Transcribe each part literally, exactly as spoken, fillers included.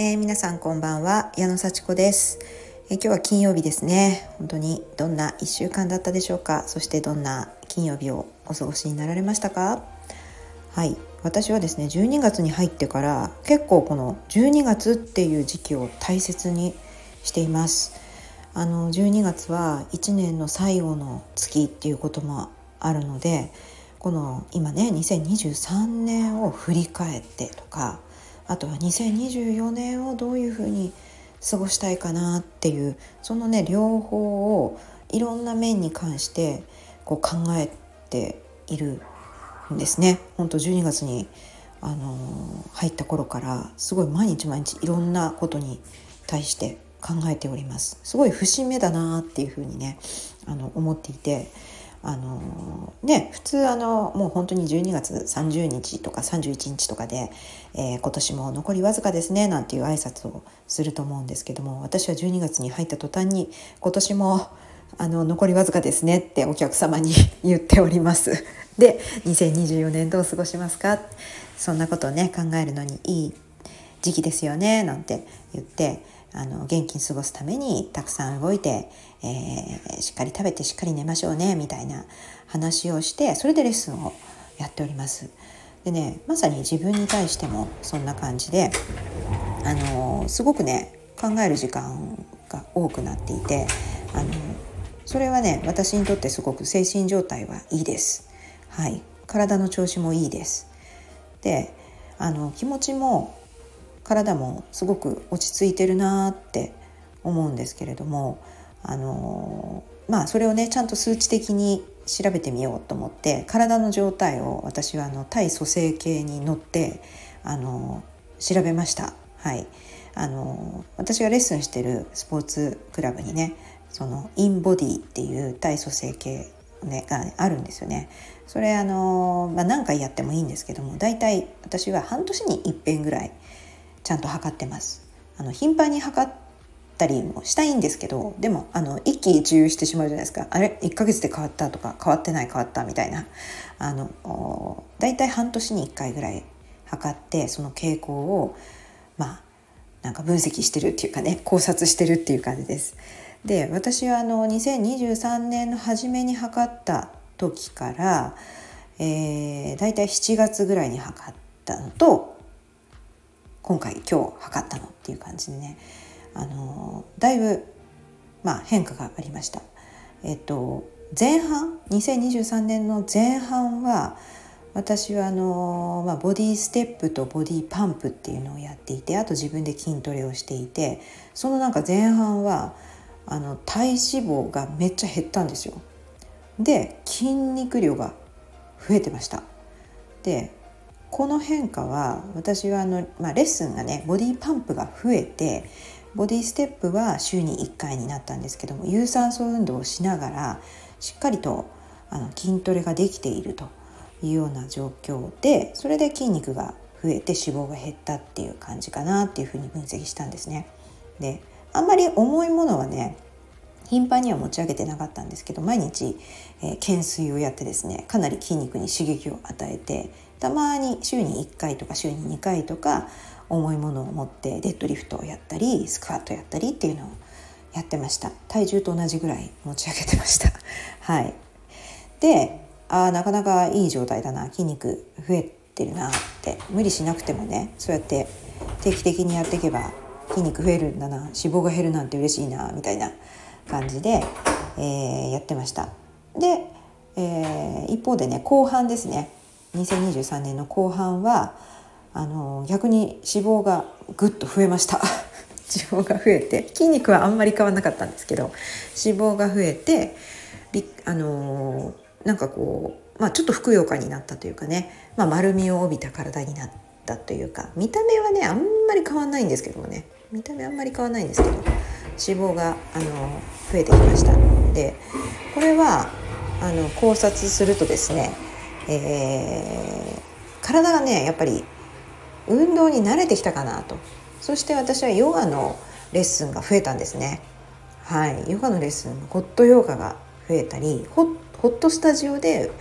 えー、皆さんこんばんは、矢野幸子です。えー、今日は金曜日ですね。本当にどんないっしゅうかんだったでしょうか。そしてどんな金曜日をお過ごしになられましたか。はい、私はですねじゅうにがつに入ってから結構このじゅうにがつっていう時期を大切にしています。あのじゅうにがつはいちねんの最後の月っていうこともあるので、この今ねにせんにじゅうさんねんを振り返ってとか、あとはにせんにじゅうよねんをどういうふうに過ごしたいかなっていう、そのね両方をいろんな面に関してこう考えているんですね。本当じゅうにがつに、あのー、入った頃からすごい毎日毎日いろんなことに対して考えております。すごい節目だなっていうふうにねあの思っていて、あのー、ね普通あのもう本当にじゅうにがつさんじゅうにちとかさんじゅういちにちとかで、えー、今年も残りわずかですねなんていう挨拶をすると思うんですけども、私はじゅうにがつに入った途端に今年もあの残りわずかですねってお客様に言っておりますで、にせんにじゅうよねんどう過ごしますか、そんなことをね考えるのにいい時期ですよねなんて言って、あの元気に過ごすためにたくさん動いて、えー、しっかり食べてしっかり寝ましょうねみたいな話をして、それでレッスンをやっております。でね、まさに自分に対してもそんな感じで、あのすごくね考える時間が多くなっていて、あのそれはね私にとってすごく精神状態はいいです。はい、体の調子もいいです。で、あの気持ちも体もすごく落ち着いてるなって思うんですけれども、あのまあそれをねちゃんと数値的に調べてみようと思って体の状態を私はあの体組成計に乗ってあの調べました。はい、あの私がレッスンしてるスポーツクラブにねそのインボディっていう体組成計、ね、があるんですよね。それあの、まあ、何回やってもいいんですけども、だいたい私は半年に一遍ぐらいちゃんと測ってます。あの頻繁に測ったりもしたいんですけど、でもあの一喜一憂してしまうじゃないですか。あれいっかげつで変わったとか変わってない変わったみたいな、あのだいたい半年にいっかいぐらい測って、その傾向をまあなんか分析してるっていうかね、考察してるっていう感じです。で、私はあのにせんにじゅうさんねんの初めに測った時から、えー、だいたいしちがつぐらいに測ったのと今回今日測ったのっていう感じでね、あのだいぶ、まあ、変化がありました。えっと前半にせんにじゅうさんねんの前半は私はあの、まあ、ボディステップとボディパンプっていうのをやっていて、あと自分で筋トレをしていて、そのなんか前半はあの体脂肪がめっちゃ減ったんですよ。で筋肉量が増えてました。でこの変化は私はあの、まあ、レッスンがねボディパンプが増えて、ボディステップは週にいっかいになったんですけども、有酸素運動をしながらしっかりとあの筋トレができているというような状況で、それで筋肉が増えて脂肪が減ったっていう感じかなっていうふうに分析したんですね。で、あんまり重いものはね頻繁には持ち上げてなかったんですけど、毎日、えー、懸垂をやってですね、かなり筋肉に刺激を与えて、たまに週にいっかいとか週ににかいとか重いものを持ってデッドリフトをやったりスクワットやったりっていうのをやってました。体重と同じぐらい持ち上げてましたはい。で、あなかなかいい状態だな、筋肉増えてるなって、無理しなくてもねそうやって定期的にやっていけば筋肉増えるんだな、脂肪が減るなんて嬉しいなみたいな感じで、えー、やってました。で、えー、一方でね後半ですね、にせんにじゅうさんねんの後半はあの逆に脂肪がぐっと増えました脂肪が増えて、筋肉はあんまり変わらなかったんですけど脂肪が増えて、あのなんかこう、まあ、ちょっとふくよかになったというかね、まあ、丸みを帯びた体になったというか、見た目はねあんまり変わらないんですけどもね見た目あんまり変わらないんですけど脂肪があの増えてきました。でこれはあの考察するとですね、えー、体がねやっぱり運動に慣れてきたかなと。そして私はヨガのレッスンが増えたんですね。はい、ヨガのレッスン、ホットヨガが増えたり、ホッ、ホットスタジオで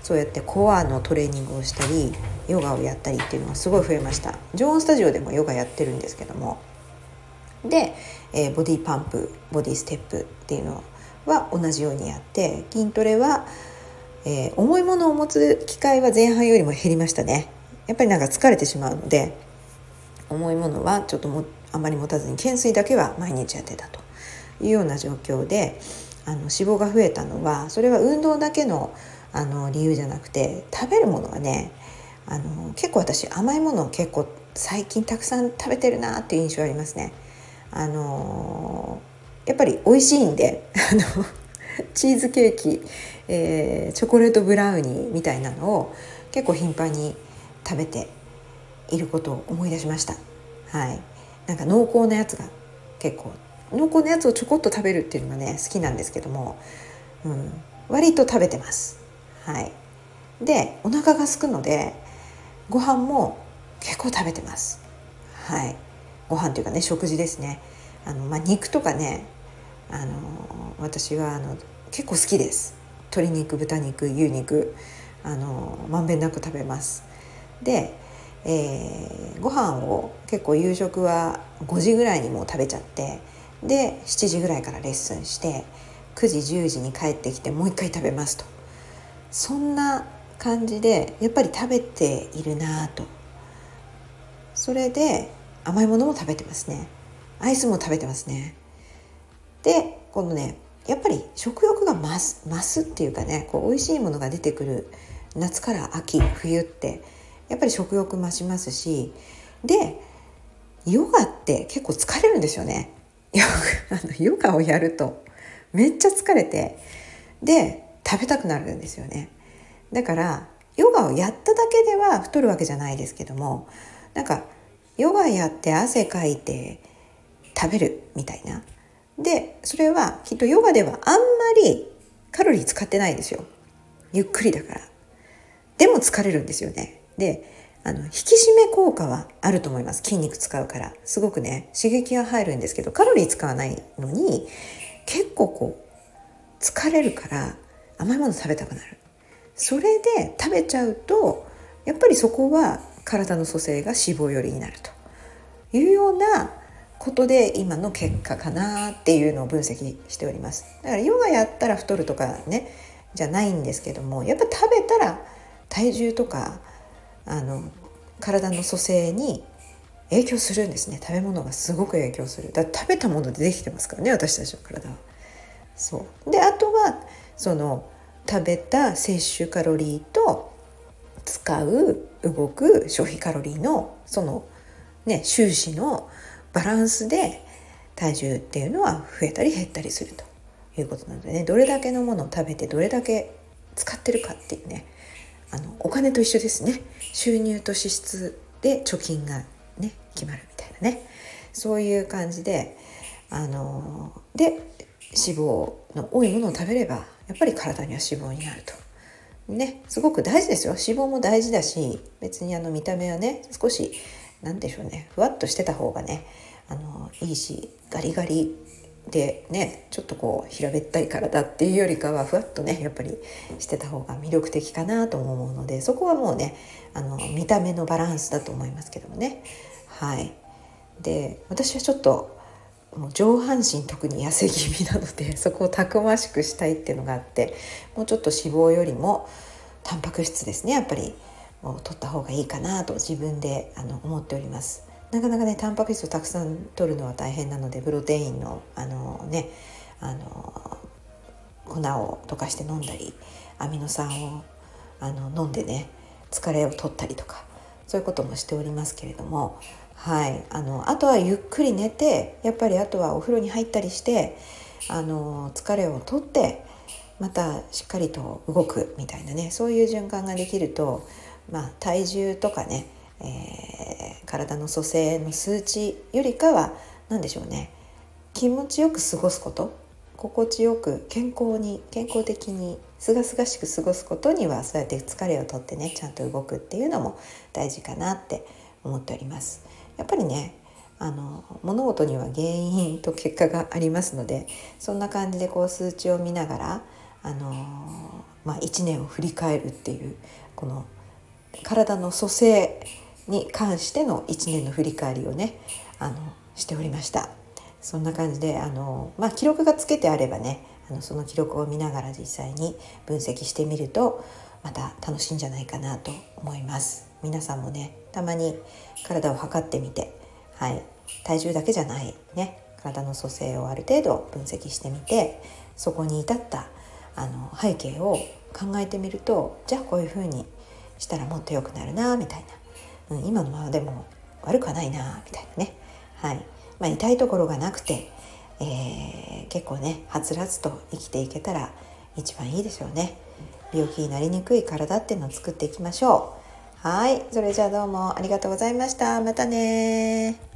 そうやってコアのトレーニングをしたりヨガをやったりっていうのがすごい増えました。常温スタジオでもヨガやってるんですけども、で、えー、ボディパンプ、ボディステップっていうのは同じようにやって、筋トレは、えー、重いものを持つ機会は前半よりも減りましたね。やっぱりなんか疲れてしまうので、重いものはちょっともあまり持たずに懸垂だけは毎日やってたというような状況で、あの脂肪が増えたのは、それは運動だけの、あの理由じゃなくて、食べるものがね、あの結構私甘いものを結構最近たくさん食べてるなっていう印象ありますね。あのやっぱり美味しいんであのチーズケーキ、えー、チョコレートブラウニーみたいなのを結構頻繁に食べていることを思い出しました。はい、なんか濃厚なやつが結構濃厚なやつをちょこっと食べるっていうのがね好きなんですけども、うん、割と食べてます。はい、でお腹が空くのでご飯も結構食べてます。はい、ご飯というかね食事ですね。あの、まあ、肉とかね、あの私はあの結構好きです。鶏肉、豚肉、牛肉、あのまんべんなく食べます。で、えー、ご飯を結構夕食はごじぐらいにもう食べちゃって、でしちじぐらいからレッスンしてくじじゅうじに帰ってきてもう一回食べますと、そんな感じでやっぱり食べているなと。それで甘いものも食べてますね。アイスも食べてますね。でこのねやっぱり食欲が増す、増すっていうかね、こう美味しいものが出てくる夏から秋冬ってやっぱり食欲増しますし、でヨガって結構疲れるんですよね。ヨガ、あのヨガをやるとめっちゃ疲れて、で食べたくなるんですよね。だからヨガをやっただけでは太るわけじゃないですけども、なんかヨガやって汗かいて食べるみたいな。でそれはきっとヨガではあんまりカロリー使ってないですよ。ゆっくりだから。でも疲れるんですよね。であの引き締め効果はあると思います。筋肉使うからすごくね刺激が入るんですけど、カロリー使わないのに結構こう疲れるから甘いもの食べたくなる。それで食べちゃうとやっぱりそこは体の組成が脂肪寄りになるというようなことで今の結果かなっていうのを分析しております。だからヨガやったら太るとかねじゃないんですけども、やっぱ食べたら体重とかあの体の組成に影響するんですね。食べ物がすごく影響する。だって食べたものでできてますからね、私たちの体は。そうで、あとはその食べた摂取カロリーと使う動く消費カロリーのそのね収支のバランスで体重っていうのは増えたり減ったりするということなのでね、どれだけのものを食べてどれだけ使ってるかっていうね、あのお金と一緒ですね。収入と支出で貯金がね決まるみたいなね、そういう感じで、あので脂肪の多いものを食べればやっぱり体には脂肪になるとね、すごく大事ですよ。脂肪も大事だし、別にあの見た目はね少しなんでしょうね、ふわっとしてた方がねあのいいし、ガリガリでねちょっとこう平べったい体っていうよりかはふわっとねやっぱりしてた方が魅力的かなと思うので、そこはもうねあの見た目のバランスだと思いますけどもね。はい。で私はちょっともう上半身特に痩せ気味なので、そこをたくましくしたいっていうのがあって、もうちょっと脂肪よりもタンパク質ですね、やっぱりもう取った方がいいかなと自分であの思っております。なかなかねタンパク質をたくさん取るのは大変なので、プロテインのあのねあの粉を溶かして飲んだり、アミノ酸をあの飲んでね疲れを取ったりとか、そういうこともしておりますけれども、はい、あのあとはゆっくり寝て、やっぱりあとはお風呂に入ったりしてあの疲れを取ってまたしっかりと動くみたいなね、そういう循環ができると、まあ、体重とかね、えー、体の組成の数値よりかは何でしょうね、気持ちよく過ごすこと、心地よく健康に健康的にすがすがしく過ごすことには、そうやって疲れを取ってねちゃんと動くっていうのも大事かなって思っております。やっぱりねあの物事には原因と結果がありますので、そんな感じでこう数値を見ながらあのまあ、いちねんを振り返るっていうこの体の組成に関してのいちねんの振り返りをねあのしておりました。そんな感じであの、まあ、記録がつけてあればねあのその記録を見ながら実際に分析してみるとまた楽しいんじゃないかなと思います。皆さんもねたまに体を測ってみて、はい、体重だけじゃないね体の組成をある程度分析してみてそこに至ったあの背景を考えてみるとじゃあこういう風にしたらもっと良くなるなみたいな、うん、今のままでも悪くはないなみたいなね、はいまあ、痛いところがなくて、えー、結構ねはつらつと生きていけたら一番いいでしょうね。病気になりにくい体っていうのを作っていきましょう。はい、それじゃあどうもありがとうございました。またね。